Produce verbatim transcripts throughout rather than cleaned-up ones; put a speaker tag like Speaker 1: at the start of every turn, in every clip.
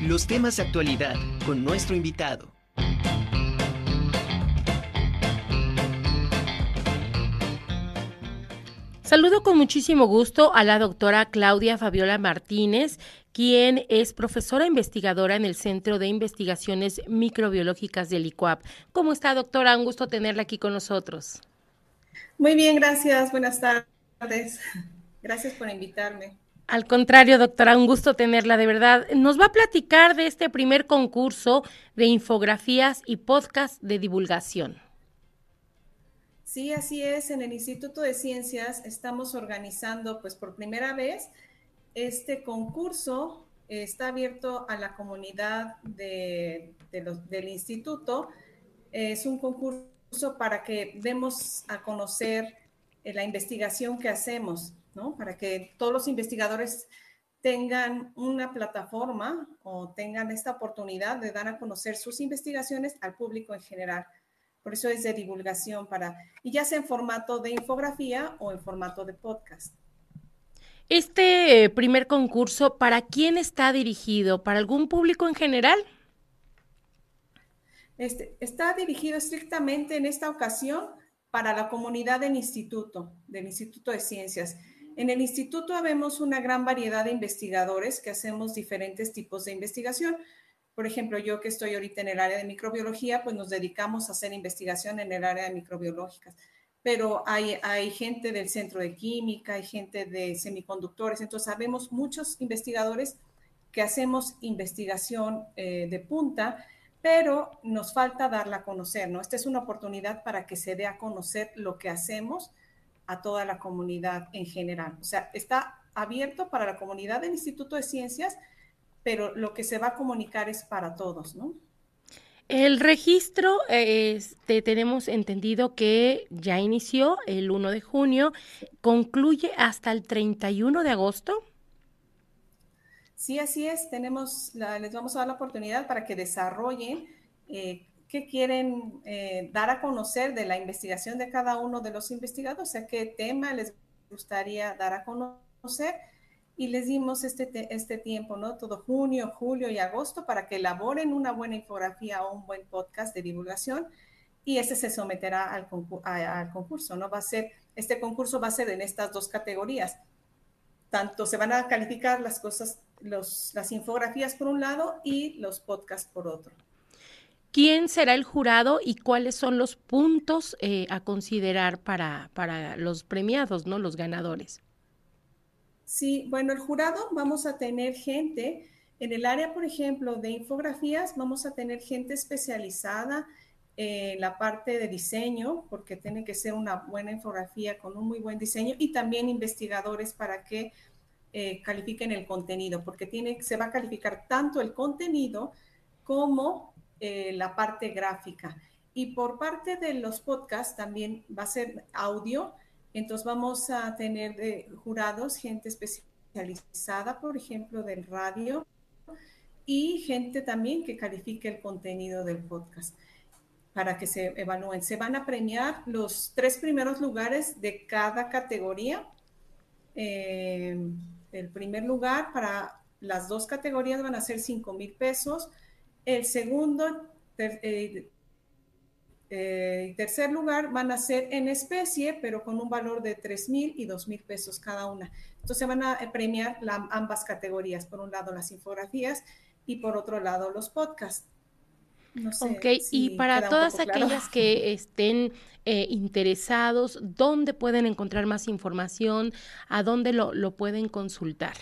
Speaker 1: Los temas de actualidad con nuestro invitado.
Speaker 2: Saludo con muchísimo gusto a la doctora Claudia Fabiola Martínez, quien es profesora investigadora en el Centro de Investigaciones Microbiológicas del I C U A P. ¿Cómo está, doctora? Un gusto tenerla aquí con nosotros.
Speaker 3: Muy bien, gracias. Buenas tardes. Gracias por invitarme.
Speaker 2: Al contrario, doctora, un gusto tenerla, de verdad. Nos va a platicar de este primer concurso de infografías y podcast de divulgación.
Speaker 3: Sí, así es. En el Instituto de Ciencias estamos organizando, pues por primera vez, este concurso. Eh, está abierto a la comunidad de, de los, del instituto. Eh, es un concurso para que demos a conocer eh, la investigación que hacemos, ¿no? Para que todos los investigadores tengan una plataforma o tengan esta oportunidad de dar a conocer sus investigaciones al público en general. Por eso es de divulgación, para, y ya sea en formato de infografía o en formato de podcast.
Speaker 2: Este primer concurso, ¿para quién está dirigido? ¿Para algún público en general?
Speaker 3: Este, está dirigido estrictamente en esta ocasión para la comunidad del instituto, del Instituto de Ciencias. En el instituto habemos una gran variedad de investigadores que hacemos diferentes tipos de investigación. Por ejemplo, yo que estoy ahorita en el área de microbiología, pues nos dedicamos a hacer investigación en el área de microbiológicas. Pero hay, hay gente del centro de química, hay gente de semiconductores, entonces sabemos muchos investigadores que hacemos investigación eh, de punta, pero nos falta darla a conocer, ¿no? Esta es una oportunidad para que se dé a conocer lo que hacemos a toda la comunidad en general. O sea, está abierto para la comunidad del Instituto de Ciencias, pero lo que se va a comunicar es para todos, ¿no?
Speaker 2: El registro, este, tenemos entendido que ya inició el primero de junio, concluye hasta el treinta y uno de agosto.
Speaker 3: Sí, así es. Tenemos la, les vamos a dar la oportunidad para que desarrollen eh, qué quieren eh, dar a conocer de la investigación de cada uno de los investigadores, o sea, qué tema les gustaría dar a conocer. Y les dimos este, te, este tiempo, ¿no? Todo junio, julio y agosto para que elaboren una buena infografía o un buen podcast de divulgación, y ese se someterá al, concurso, a, al concurso, ¿no? Va a ser, este concurso va a ser en estas dos categorías. Tanto se van a calificar las cosas, los, las infografías por un lado y los podcasts por otro.
Speaker 2: ¿Quién será el jurado y cuáles son los puntos eh, a considerar para, para los premiados, ¿no? Los ganadores.
Speaker 3: Sí, bueno, el jurado vamos a tener gente en el área, por ejemplo, de infografías, vamos a tener gente especializada en la parte de diseño, porque tiene que ser una buena infografía con un muy buen diseño, y también investigadores para que eh, califiquen el contenido, porque tiene, se va a calificar tanto el contenido como eh, la parte gráfica. Y por parte de los podcasts también va a ser audio. Entonces vamos a tener de jurados gente especializada, por ejemplo, del radio, y gente también que califique el contenido del podcast para que se evalúen. Se van a premiar los tres primeros lugares de cada categoría. Eh, el primer lugar para las dos categorías van a ser cinco mil pesos. El segundo, ter, eh, Eh, tercer lugar van a ser en especie, pero con un valor de tres mil y dos mil pesos cada una. Entonces van a premiar la, ambas categorías, por un lado las infografías y por otro lado los podcasts. No sé
Speaker 2: Ok, y
Speaker 3: si
Speaker 2: para
Speaker 3: queda un
Speaker 2: todas
Speaker 3: poco claro.
Speaker 2: aquellas que estén eh, interesados, ¿dónde pueden encontrar más información? ¿A dónde lo, lo pueden consultar?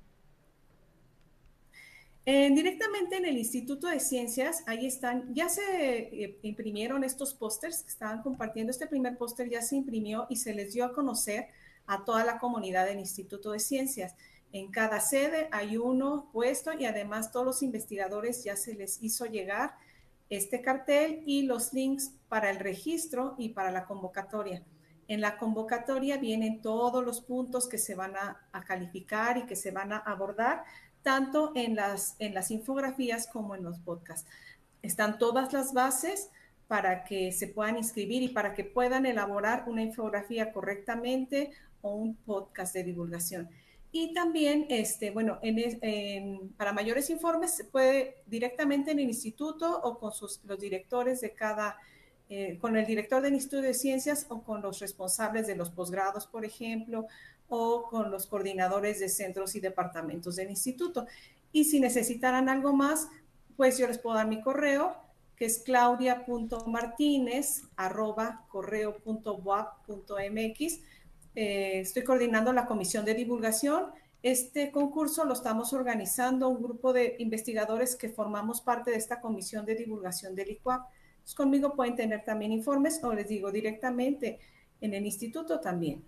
Speaker 3: Eh, directamente en el Instituto de Ciencias, ahí están, ya se eh, imprimieron estos pósters que estaban compartiendo. Este primer póster ya se imprimió y se les dio a conocer a toda la comunidad del Instituto de Ciencias. En cada sede hay uno puesto, y además todos los investigadores ya se les hizo llegar este cartel y los links para el registro y para la convocatoria. En la convocatoria vienen todos los puntos que se van a, a calificar y que se van a abordar, tanto en las, en las infografías como en los podcasts. Están todas las bases para que se puedan inscribir y para que puedan elaborar una infografía correctamente o un podcast de divulgación. Y también, este, bueno, en, en, para mayores informes se puede directamente en el instituto o con sus, los directores de cada, eh, con el director del Instituto de Ciencias o con los responsables de los posgrados, por ejemplo, o con los coordinadores de centros y departamentos del instituto. Y si necesitaran algo más, pues yo les puedo dar mi correo, que es claudia punto martínez arroba correo punto buap punto mx. Eh, estoy coordinando la comisión de divulgación. Este concurso lo estamos organizando un grupo de investigadores que formamos parte de esta comisión de divulgación del I C U A P. Entonces, conmigo pueden tener también informes o les digo directamente en el instituto también.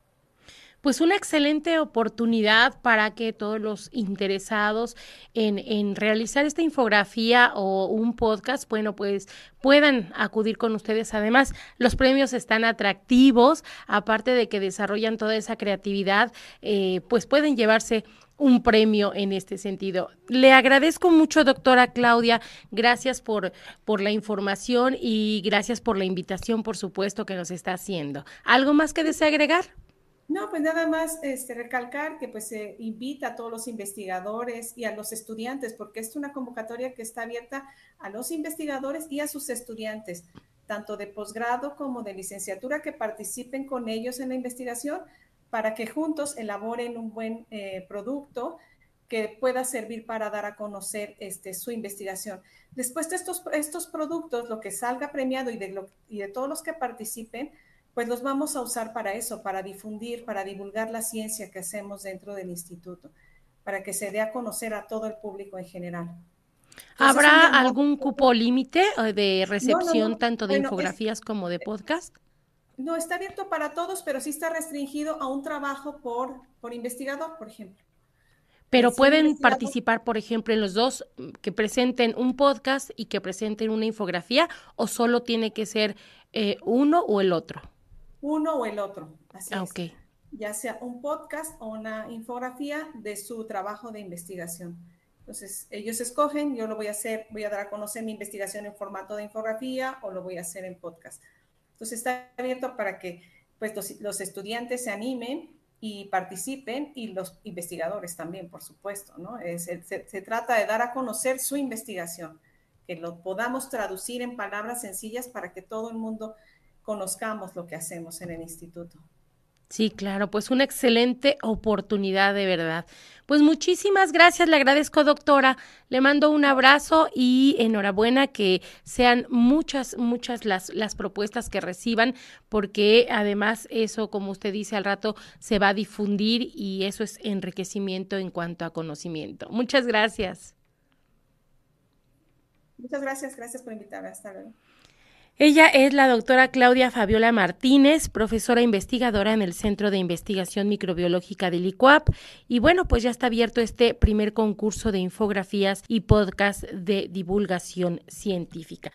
Speaker 2: Pues una excelente oportunidad para que todos los interesados en, en realizar esta infografía o un podcast, bueno, pues puedan acudir con ustedes. Además, los premios están atractivos, aparte de que desarrollan toda esa creatividad, eh, pues pueden llevarse un premio en este sentido. Le agradezco mucho, doctora Claudia, gracias por, por la información y gracias por la invitación, por supuesto, que nos está haciendo. ¿Algo más que desea agregar?
Speaker 3: No, pues nada más este, recalcar que pues se invita a todos los investigadores y a los estudiantes, porque es una convocatoria que está abierta a los investigadores y a sus estudiantes, tanto de posgrado como de licenciatura, que participen con ellos en la investigación para que juntos elaboren un buen eh, producto que pueda servir para dar a conocer este, su investigación. Después de estos, estos productos, lo que salga premiado y de, lo, y de todos los que participen, pues los vamos a usar para eso, para difundir, para divulgar la ciencia que hacemos dentro del instituto, para que se dé a conocer a todo el público en general.
Speaker 2: Entonces, ¿habrá algún cupo límite de recepción no, no, no. tanto de bueno, infografías es, como de podcast?
Speaker 3: No, está abierto para todos, pero sí está restringido a un trabajo por, por investigador, por ejemplo.
Speaker 2: Pero pueden participar, por ejemplo, en los dos, que presenten un podcast y que presenten una infografía, ¿o solo tiene que ser eh, uno o el otro?
Speaker 3: Uno o el otro, así
Speaker 2: ah,
Speaker 3: es.
Speaker 2: Okay.
Speaker 3: Ya sea un podcast o una infografía de su trabajo de investigación. Entonces, ellos escogen, yo lo voy a hacer, voy a dar a conocer mi investigación en formato de infografía o lo voy a hacer en podcast. Entonces, está abierto para que pues, los, los estudiantes se animen y participen, y los investigadores también, por supuesto, ¿no? Es, se, se trata de dar a conocer su investigación, que lo podamos traducir en palabras sencillas para que todo el mundo conozcamos lo que hacemos en el instituto.
Speaker 2: Sí, claro, pues una excelente oportunidad, de verdad. Pues muchísimas gracias, le agradezco, doctora, le mando un abrazo y enhorabuena, que sean muchas, muchas las, las propuestas que reciban, porque además eso, como usted dice, al rato se va a difundir y eso es enriquecimiento en cuanto a conocimiento. Muchas gracias.
Speaker 3: Muchas gracias, gracias por invitarme, hasta luego.
Speaker 2: Ella es la doctora Claudia Fabiola Martínez, profesora investigadora en el Centro de Investigación Microbiológica del I C U A P. Y bueno, pues ya está abierto este primer concurso de infografías y podcast de divulgación científica.